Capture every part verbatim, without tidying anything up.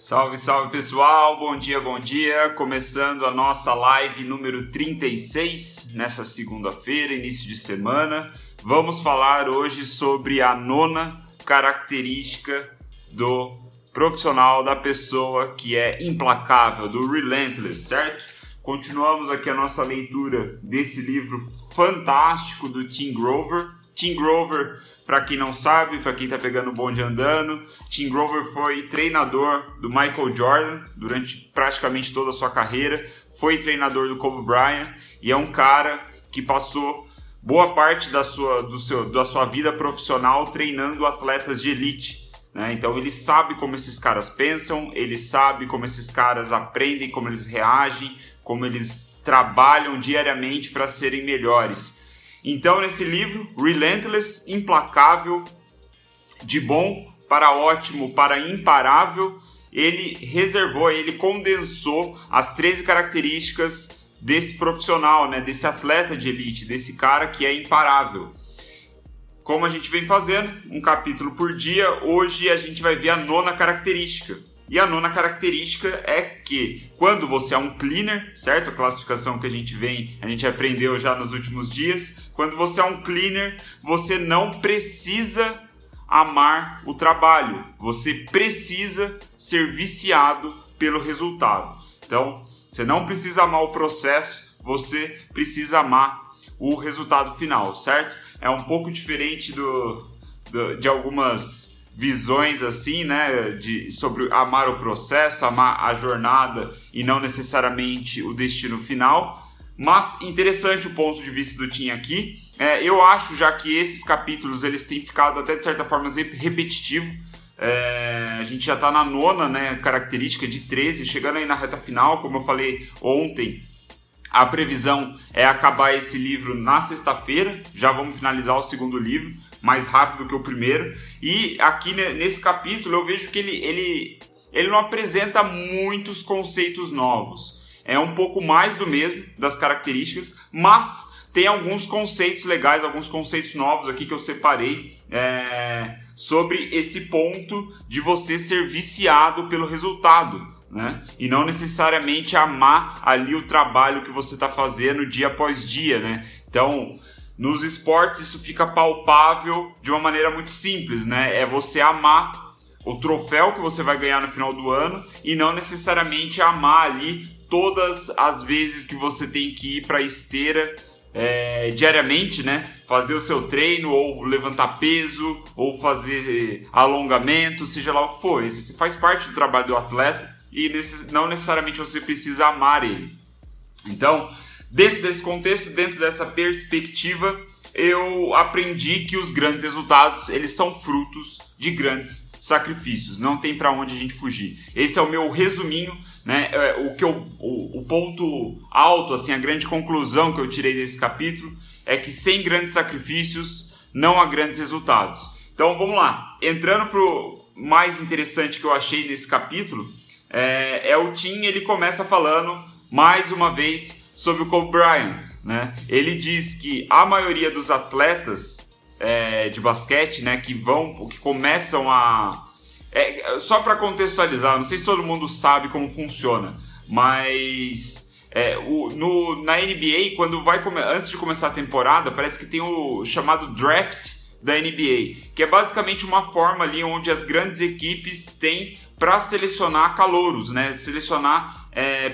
Salve, salve pessoal, bom dia, bom dia, começando a nossa live número trinta e seis, nessa segunda-feira, início de semana. Vamos falar hoje sobre a nona característica do profissional, da pessoa que é implacável, do relentless, certo? Continuamos aqui a nossa leitura desse livro fantástico do Tim Grover. Tim Grover, para quem não sabe, para quem está pegando o bonde andando, Tim Grover foi treinador do Michael Jordan durante praticamente toda a sua carreira, foi treinador do Kobe Bryant e é um cara que passou boa parte da sua, do seu, da sua vida profissional treinando atletas de elite, né? Então ele sabe como esses caras pensam, ele sabe como esses caras aprendem, como eles reagem, como eles trabalham diariamente para serem melhores. Então, nesse livro, Relentless, implacável, de bom para ótimo, para imparável, ele reservou, ele condensou as treze características desse profissional, né, desse atleta de elite, desse cara que é imparável. Como a gente vem fazendo, um capítulo por dia, hoje a gente vai ver a nona característica. E a nona característica é que quando você é um cleaner, certo? A classificação que a gente vem, a gente aprendeu já nos últimos dias. Quando você é um cleaner, você não precisa amar o trabalho. Você precisa ser viciado pelo resultado. Então, você não precisa amar o processo, você precisa amar o resultado final, certo? É um pouco diferente do, do, de algumas visões assim, né, de, sobre amar o processo, amar a jornada e não necessariamente o destino final. Mas interessante o ponto de vista do Tim aqui. É, eu acho já que esses capítulos eles têm ficado até de certa forma repetitivo. É, a gente já está na nona, né, característica de treze, chegando aí na reta final, como eu falei ontem. A previsão é acabar esse livro na sexta-feira, já vamos finalizar o segundo livro, mais rápido que o primeiro. E aqui nesse capítulo eu vejo que ele, ele, ele não apresenta muitos conceitos novos. É um pouco mais do mesmo, das características, mas tem alguns conceitos legais, alguns conceitos novos aqui que eu separei é, sobre esse ponto de você ser viciado pelo resultado, né? E não necessariamente amar ali o trabalho que você está fazendo dia após dia, né? Então, nos esportes isso fica palpável de uma maneira muito simples, né? É você amar o troféu que você vai ganhar no final do ano e não necessariamente amar ali todas as vezes que você tem que ir para a esteira é, diariamente, né? Fazer o seu treino, ou levantar peso, ou fazer alongamento, seja lá o que for. Esse faz parte do trabalho do atleta e não necessariamente você precisa amar ele. Então, dentro desse contexto, dentro dessa perspectiva, eu aprendi que os grandes resultados, eles são frutos de grandes sacrifícios. Não tem para onde a gente fugir. Esse é o meu resuminho, né? O, que eu, o, o ponto alto, assim, a grande conclusão que eu tirei desse capítulo é que sem grandes sacrifícios não há grandes resultados. Então, vamos lá. Entrando para o mais interessante que eu achei nesse capítulo, é, é o Tim, ele começa falando mais uma vez sobre o Kobe Bryant, né? Ele diz que a maioria dos atletas é, de basquete, né, que vão, que começam a... É, só para contextualizar, não sei se todo mundo sabe como funciona, mas é, o, no, na N B A, quando vai come, antes de começar a temporada, parece que tem o chamado draft da N B A, que é basicamente uma forma ali onde as grandes equipes têm para selecionar calouros, né? Selecionar é,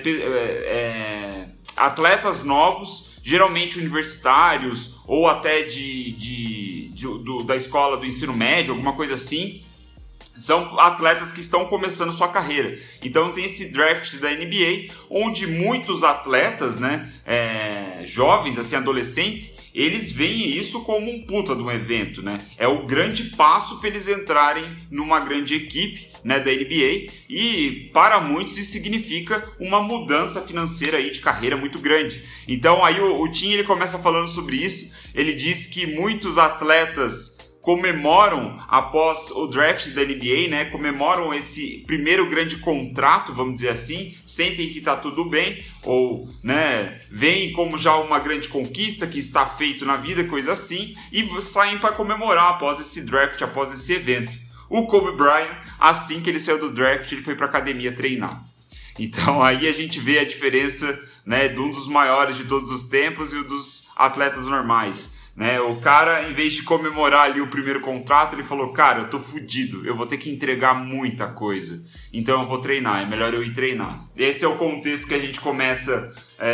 é, atletas novos, geralmente universitários ou até de, de, de, do, da escola do ensino médio, alguma coisa assim. São atletas que estão começando sua carreira. Então tem esse draft da N B A, onde muitos atletas, né, é, jovens, assim, adolescentes, eles veem isso como um puta de um evento, né? É o grande passo para eles entrarem numa grande equipe, né, da N B A, e para muitos isso significa uma mudança financeira aí de carreira muito grande. Então aí o, o Tim, ele começa falando sobre isso. Ele diz que muitos atletas comemoram após o draft da N B A, né? Comemoram esse primeiro grande contrato, vamos dizer assim, sentem que está tudo bem, ou, né, veem como já uma grande conquista que está feito na vida, coisa assim, e saem para comemorar após esse draft, após esse evento. O Kobe Bryant, assim que ele saiu do draft, ele foi para academia treinar. Então aí a gente vê a diferença, né, de um dos maiores de todos os tempos e um dos atletas normais. Né? O cara, em vez de comemorar ali o primeiro contrato, ele falou, cara, eu tô fudido, eu vou ter que entregar muita coisa, então eu vou treinar, é melhor eu ir treinar. Esse é o contexto que a gente começa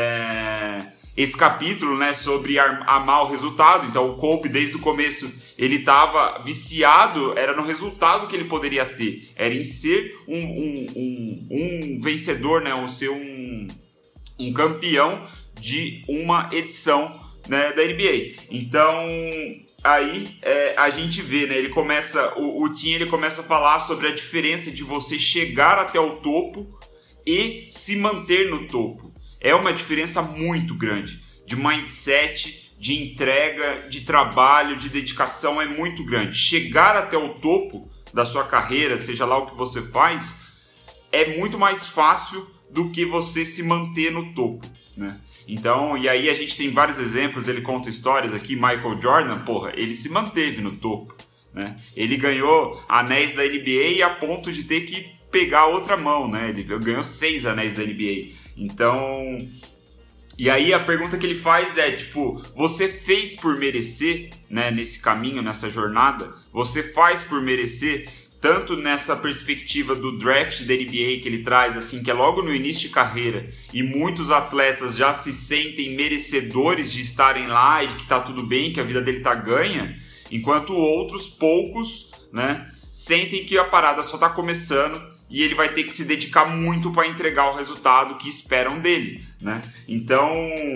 é, esse capítulo, né, sobre amar o resultado. Então o Kobe, desde o começo, ele estava viciado, era no resultado que ele poderia ter, era em ser um, um, um, um vencedor, né, ou ser um, um campeão de uma edição, né, da N B A. Então aí é, a gente vê, né, ele começa, o, o Tim ele começa a falar sobre a diferença de você chegar até o topo e se manter no topo. É uma diferença muito grande de mindset, de entrega, de trabalho, de dedicação, é muito grande. Chegar até o topo da sua carreira, seja lá o que você faz, é muito mais fácil do que você se manter no topo, né? Então, e aí a gente tem vários exemplos, ele conta histórias aqui, Michael Jordan, porra, ele se manteve no topo, né? Ele ganhou anéis da N B A a ponto de ter que pegar outra mão, né? Ele ganhou seis anéis da N B A. Então, e aí a pergunta que ele faz é, tipo, você fez por merecer, né, nesse caminho, nessa jornada? Você faz por merecer? Tanto nessa perspectiva do draft da N B A que ele traz, assim, que é logo no início de carreira, e muitos atletas já se sentem merecedores de estarem lá e de que tá tudo bem, que a vida dele tá ganha, enquanto outros, poucos, né, sentem que a parada só tá começando e ele vai ter que se dedicar muito para entregar o resultado que esperam dele, né? Então,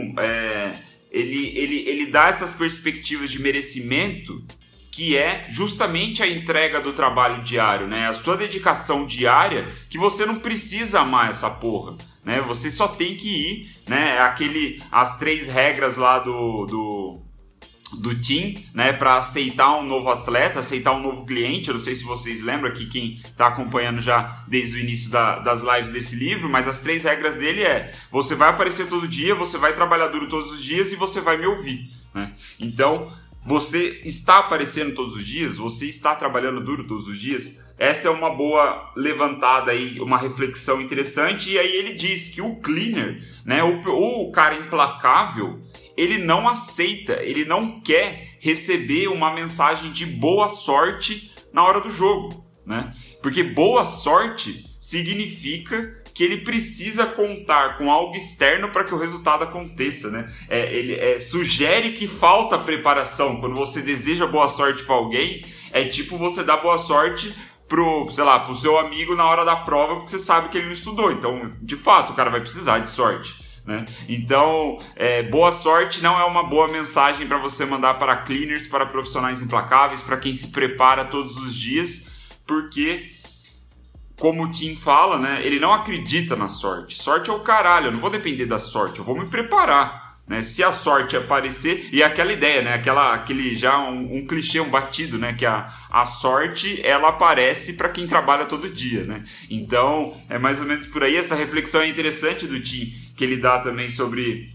é, ele, ele, ele dá essas perspectivas de merecimento, que é justamente a entrega do trabalho diário, né? A sua dedicação diária, que você não precisa amar essa porra, né? Você só tem que ir, né? Aquele, as três regras lá do, do, do Tim, né? Para aceitar um novo atleta, aceitar um novo cliente. Eu não sei se vocês lembram aqui, quem está acompanhando já desde o início da, das lives desse livro, mas as três regras dele é: você vai aparecer todo dia, você vai trabalhar duro todos os dias e você vai me ouvir, né? Então, você está aparecendo todos os dias? Você está trabalhando duro todos os dias? Essa é uma boa levantada aí, uma reflexão interessante. E aí ele diz que o cleaner, né, o, o cara implacável, ele não aceita, ele não quer receber uma mensagem de boa sorte na hora do jogo, né? Porque boa sorte significa que ele precisa contar com algo externo para que o resultado aconteça, né? É, ele é, sugere que falta preparação. Quando você deseja boa sorte para alguém, é tipo você dar boa sorte pro, sei lá, pro seu amigo na hora da prova, porque você sabe que ele não estudou. Então, de fato, o cara vai precisar de sorte, né? Então, é, boa sorte não é uma boa mensagem para você mandar para cleaners, para profissionais implacáveis, para quem se prepara todos os dias, porque, como o Tim fala, né, ele não acredita na sorte. Sorte é o caralho, eu não vou depender da sorte, eu vou me preparar, né? Se a sorte aparecer, e é aquela ideia, né, aquela, aquele já um, um clichê, um batido, né, que a, a sorte, ela aparece para quem trabalha todo dia, né? Então, é mais ou menos por aí. Essa reflexão é interessante do Tim, que ele dá também sobre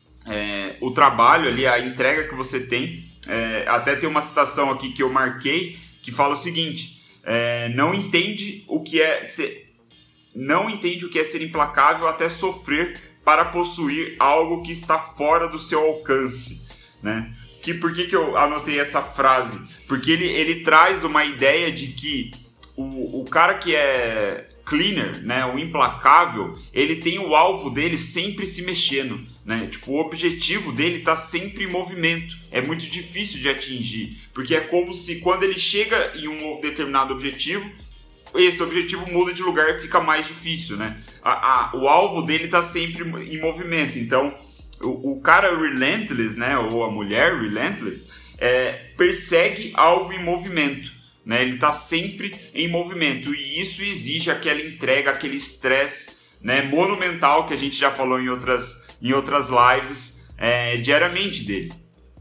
é, o trabalho ali, a entrega que você tem. É, até tem uma citação aqui que eu marquei, que fala o seguinte: É, não entende o que é ser, não entende o que é ser implacável até sofrer para possuir algo que está fora do seu alcance, né? Que, por que, que eu anotei essa frase? Porque ele, ele traz uma ideia de que o, o cara que é cleaner, né, o implacável, ele tem o alvo dele sempre se mexendo, né? Tipo, o objetivo dele está sempre em movimento. É muito difícil de atingir, porque é como se quando ele chega em um determinado objetivo, esse objetivo muda de lugar e fica mais difícil, né? A, a, o alvo dele está sempre em movimento. Então, o, o cara relentless, né, ou a mulher relentless, é, persegue algo em movimento, né? Ele está sempre em movimento, e isso exige aquela entrega, aquele estresse, né, monumental, que a gente já falou em outras, em outras lives, é, diariamente dele.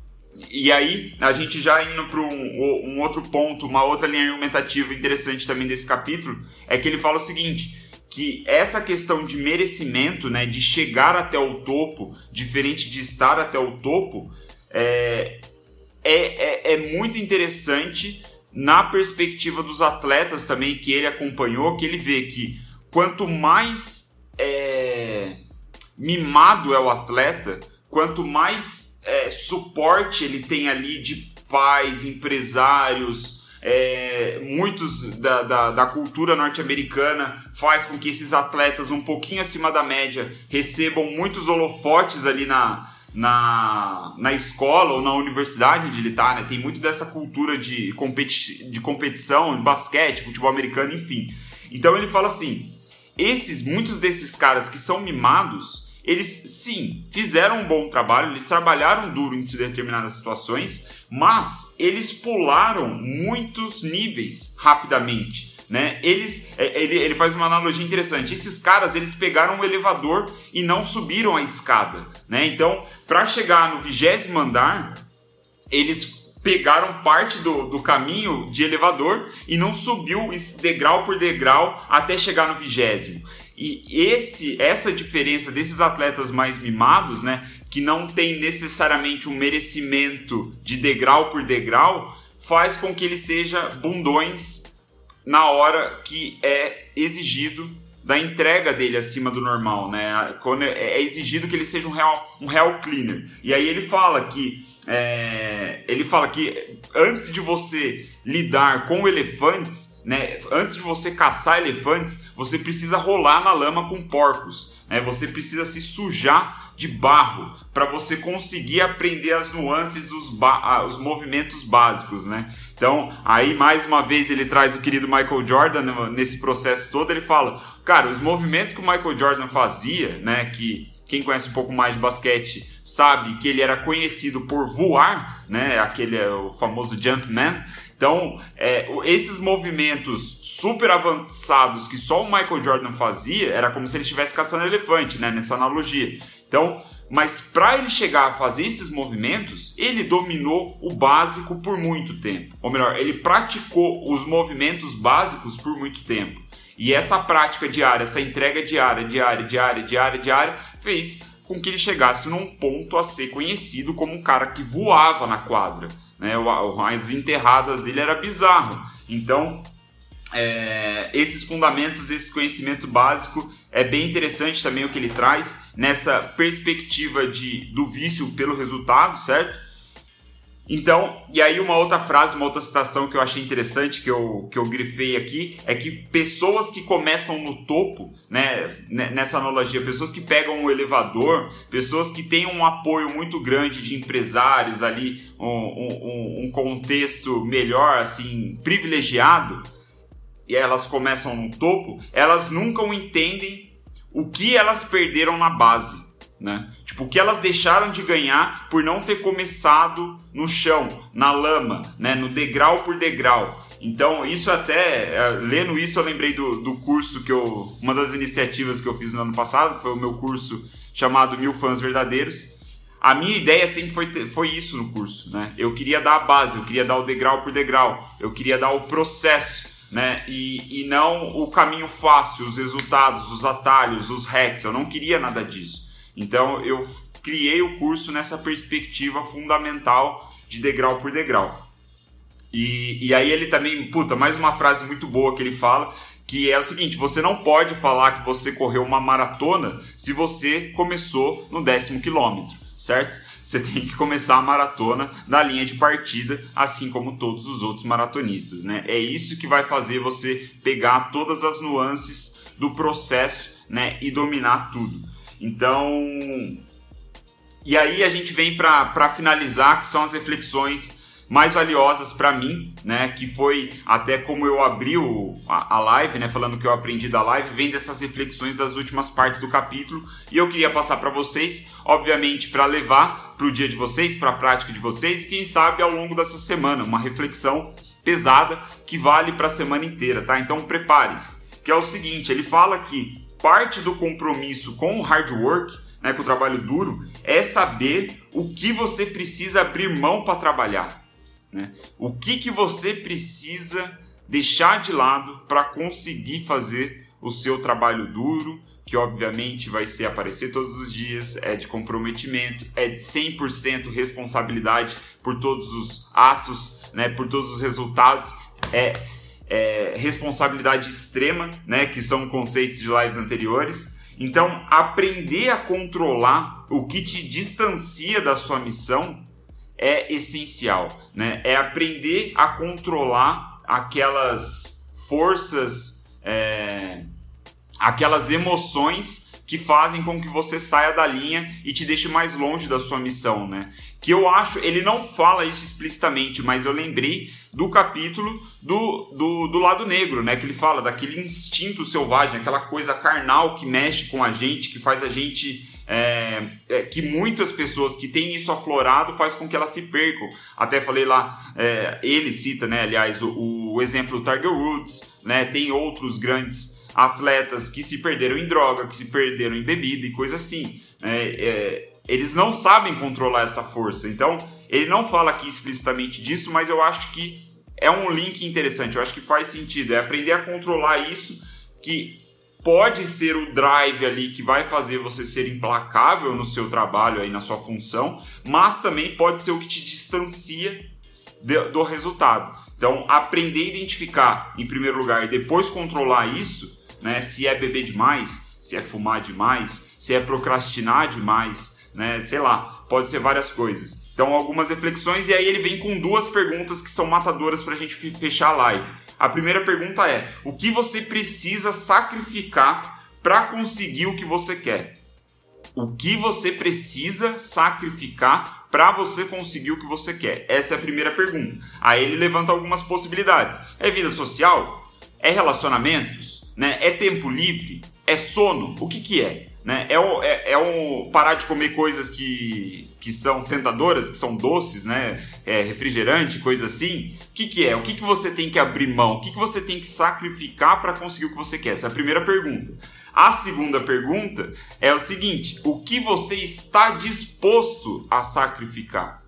E aí, a gente já indo para um, um outro ponto, uma outra linha argumentativa interessante também desse capítulo, é que ele fala o seguinte: que essa questão de merecimento, né, de chegar até o topo, diferente de estar até o topo, é, é, é, é muito interessante na perspectiva dos atletas também que ele acompanhou, que ele vê que quanto mais é, mimado é o atleta, quanto mais é, suporte ele tem ali de pais, empresários, é, muitos da, da, da cultura norte-americana faz com que esses atletas um pouquinho acima da média recebam muitos holofotes ali na, na, na escola ou na universidade onde ele está, né? Tem muito dessa cultura de, competi- de competição, de basquete, futebol americano, enfim. Então ele fala assim, esses, muitos desses caras que são mimados, eles sim, fizeram um bom trabalho, eles trabalharam duro em determinadas situações, mas eles pularam muitos níveis rapidamente, né? Eles, ele, ele faz uma analogia interessante, esses caras eles pegaram um elevador e não subiram a escada, né? Então, para chegar no vigésimo andar, eles pegaram parte do, do caminho de elevador e não subiu degrau por degrau até chegar no vigésimo. E esse, essa diferença desses atletas mais mimados, né, que não tem necessariamente um merecimento de degrau por degrau, faz com que eles sejam bundões na hora que é exigido da entrega dele acima do normal, né? Quando é exigido que ele seja um real, um real cleaner. E aí ele fala que é, ele fala que antes de você lidar com elefantes, né, antes de você caçar elefantes, você precisa rolar na lama com porcos, né? Você precisa se sujar de barro para você conseguir aprender as nuances, os, ba- os movimentos básicos, né? Então, aí mais uma vez ele traz o querido Michael Jordan nesse processo todo, ele fala, cara, os movimentos que o Michael Jordan fazia, né, que quem conhece um pouco mais de basquete sabe que ele era conhecido por voar, né, aquele o famoso Jumpman. Então, é, esses movimentos super avançados que só o Michael Jordan fazia, era como se ele estivesse caçando elefante, né, nessa analogia. Então, mas para ele chegar a fazer esses movimentos, ele dominou o básico por muito tempo. Ou melhor, ele praticou os movimentos básicos por muito tempo. E essa prática diária, essa entrega diária, diária, diária, diária, diária, fez com que ele chegasse num ponto a ser conhecido como um cara que voava na quadra, né? As enterradas dele era bizarro. Então, é, esses fundamentos, esse conhecimento básico é bem interessante também o que ele traz nessa perspectiva de, do vício pelo resultado, certo? Então, e aí uma outra frase, uma outra citação que eu achei interessante, que eu, que eu grifei aqui, é que pessoas que começam no topo, né, nessa analogia, pessoas que pegam um elevador, pessoas que têm um apoio muito grande de empresários ali, um, um, um contexto melhor, assim, privilegiado, e elas começam no topo, elas nunca entendem o que elas perderam na base, né? Tipo, o que elas deixaram de ganhar por não ter começado no chão, na lama, né? No degrau por degrau. Então, isso até, lendo isso, eu lembrei do, do curso que eu, uma das iniciativas que eu fiz no ano passado, que foi o meu curso chamado Mil Fãs Verdadeiros. A minha ideia sempre foi, ter, foi isso no curso, né? Eu queria dar a base, eu queria dar o degrau por degrau, eu queria dar o processo, né? E, e não o caminho fácil, os resultados, os atalhos, os hacks. Eu não queria nada disso. Então eu criei o curso nessa perspectiva fundamental de degrau por degrau. E, e aí ele também, puta, mais uma frase muito boa que ele fala, que é o seguinte: você não pode falar que você correu uma maratona se você começou no décimo quilômetro, certo? Você tem que começar a maratona na linha de partida, assim como todos os outros maratonistas, né? É isso que vai fazer você pegar todas as nuances do processo, né, e dominar tudo. Então, e aí a gente vem para finalizar, que são as reflexões mais valiosas para mim, né, que foi até como eu abri o, a, a live, né, falando que eu aprendi da live, vem dessas reflexões das últimas partes do capítulo, e eu queria passar para vocês, obviamente para levar para o dia de vocês, para a prática de vocês, e quem sabe ao longo dessa semana, uma reflexão pesada que vale para a semana inteira, tá? Então prepare-se, que é o seguinte, ele fala que parte do compromisso com o hard work, né, com o trabalho duro, é saber o que você precisa abrir mão para trabalhar, né? O que, que você precisa deixar de lado para conseguir fazer o seu trabalho duro, que obviamente vai ser aparecer todos os dias, é de comprometimento, é de cem por cento responsabilidade por todos os atos, né, por todos os resultados, é, é responsabilidade extrema, né, que são conceitos de lives anteriores. Então, aprender a controlar o que te distancia da sua missão é essencial, né? É aprender a controlar aquelas forças, é, aquelas emoções que fazem com que você saia da linha e te deixe mais longe da sua missão, né? Que eu acho, ele não fala isso explicitamente, mas eu lembrei do capítulo do, do, do lado negro, né? Que ele fala daquele instinto selvagem, aquela coisa carnal que mexe com a gente, que faz a gente... É, é, que muitas pessoas que têm isso aflorado faz com que elas se percam. Até falei lá, é, ele cita, né, aliás, o, o exemplo do Tiger Woods, né? Tem outros grandes atletas que se perderam em droga, que se perderam em bebida e coisa assim. É, é, eles não sabem controlar essa força. Então, ele não fala aqui explicitamente disso, mas eu acho que é um link interessante. Eu acho que faz sentido. É aprender a controlar isso, que pode ser o drive ali que vai fazer você ser implacável no seu trabalho, aí na sua função, mas também pode ser o que te distancia de, do resultado. Então, aprender a identificar em primeiro lugar e depois controlar isso, né? Se é beber demais, se é fumar demais, se é procrastinar demais, né? Sei lá, pode ser várias coisas. Então, algumas reflexões, e aí ele vem com duas perguntas que são matadoras para a gente fechar a live. A primeira pergunta é: o que você precisa sacrificar para conseguir o que você quer? O que você precisa sacrificar para você conseguir o que você quer? Essa é a primeira pergunta. Aí ele levanta algumas possibilidades. É vida social? É relacionamentos? Né? É tempo livre? É sono? O que que é? Né? É, o, é, é o parar de comer coisas que, que são tentadoras, que são doces, né? É, refrigerante, coisa assim. O que que é? O que que você tem que abrir mão? O que que você tem que sacrificar para conseguir o que você quer? Essa é a primeira pergunta. A segunda pergunta é o seguinte: o que você está disposto a sacrificar?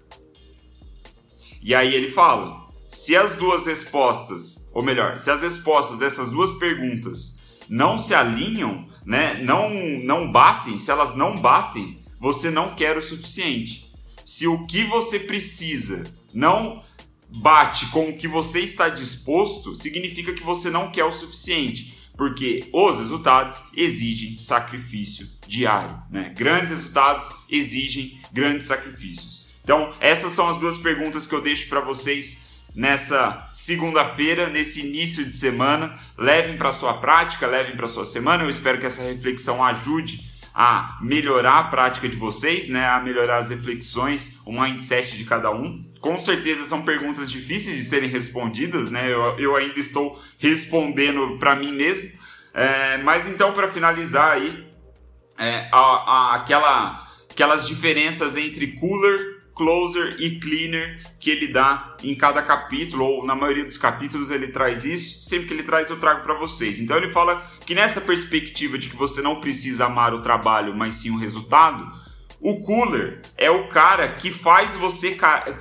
E aí ele fala, se as duas respostas, ou melhor, se as respostas dessas duas perguntas não se alinham, né, não, não batem, se elas não batem, você não quer o suficiente. Se o que você precisa não bate com o que você está disposto, significa que você não quer o suficiente, porque os resultados exigem sacrifício diário, né? Grandes resultados exigem grandes sacrifícios. Então, essas são as duas perguntas que eu deixo para vocês nessa segunda-feira, nesse início de semana. Levem para sua prática, levem para sua semana. Eu espero que essa reflexão ajude a melhorar a prática de vocês, né? A melhorar as reflexões, o mindset de cada um. Com certeza são perguntas difíceis de serem respondidas, né? Eu, eu ainda estou respondendo para mim mesmo. É, mas então, para finalizar aí, é, a, a, aquela, aquelas diferenças entre cooler, closer e cleaner que ele dá em cada capítulo, ou na maioria dos capítulos ele traz isso. Sempre que ele traz eu trago para vocês. Então ele fala que nessa perspectiva de que você não precisa amar o trabalho, mas sim o resultado, o cooler é o cara que faz você...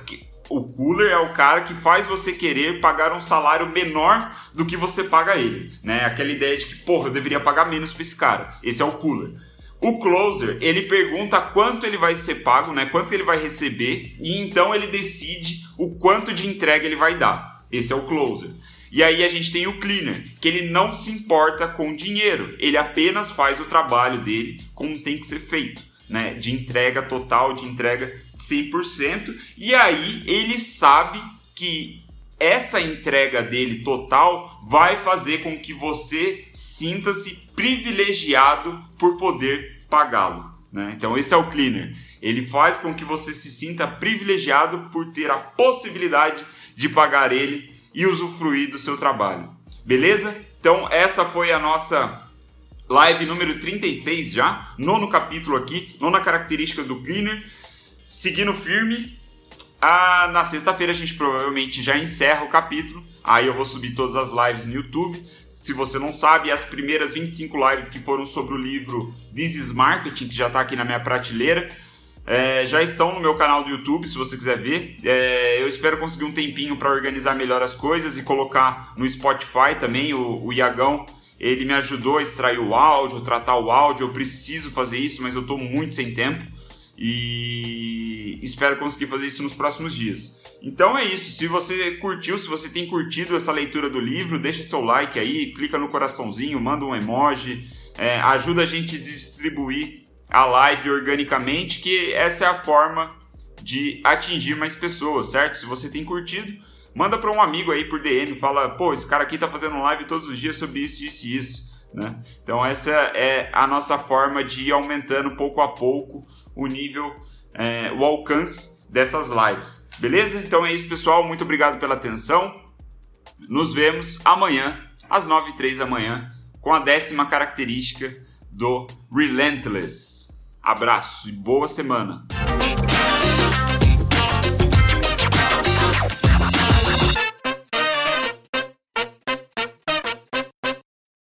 O cooler é o cara que faz você querer pagar um salário menor do que você paga ele, né? Aquela ideia de que, porra, eu deveria pagar menos para esse cara. Esse é o cooler. O closer, ele pergunta quanto ele vai ser pago, né? Quanto ele vai receber, e então ele decide o quanto de entrega ele vai dar. Esse é o closer. E aí a gente tem o cleaner, que ele não se importa com dinheiro. Ele apenas faz o trabalho dele como tem que ser feito, né? De entrega total, de entrega cem por cento. E aí ele sabe que essa entrega dele total vai fazer com que você sinta-se privilegiado por poder pagá-lo, né? Então esse é o cleaner. Ele faz com que você se sinta privilegiado por ter a possibilidade de pagar ele e usufruir do seu trabalho. Beleza? Então essa foi a nossa live número trinta e seis já, nono capítulo aqui, nona característica do cleaner. Seguindo firme, ah, na sexta-feira a gente provavelmente já encerra o capítulo, aí eu vou subir todas as lives no YouTube. Se você não sabe, as primeiras vinte e cinco lives que foram sobre o livro This is Marketing, que já está aqui na minha prateleira, é, já estão no meu canal do YouTube, se você quiser ver. É, eu espero conseguir um tempinho para organizar melhor as coisas e colocar no Spotify também. O, o Iagão, ele me ajudou a extrair o áudio, tratar o áudio. Eu preciso fazer isso, mas eu estou muito sem tempo e espero conseguir fazer isso nos próximos dias. Então é isso, se você curtiu, se você tem curtido essa leitura do livro, deixa seu like aí, clica no coraçãozinho, manda um emoji, é, ajuda a gente a distribuir a live organicamente, que essa é a forma de atingir mais pessoas, certo? Se você tem curtido, manda para um amigo aí por D M, fala, pô, esse cara aqui tá fazendo live todos os dias sobre isso, isso e isso, né? Então essa é a nossa forma de ir aumentando pouco a pouco o nível, é, o alcance dessas lives, beleza? Então é isso, pessoal, muito obrigado pela atenção, nos vemos amanhã, às nove e três da manhã, com a décima característica do Relentless. Abraço e boa semana!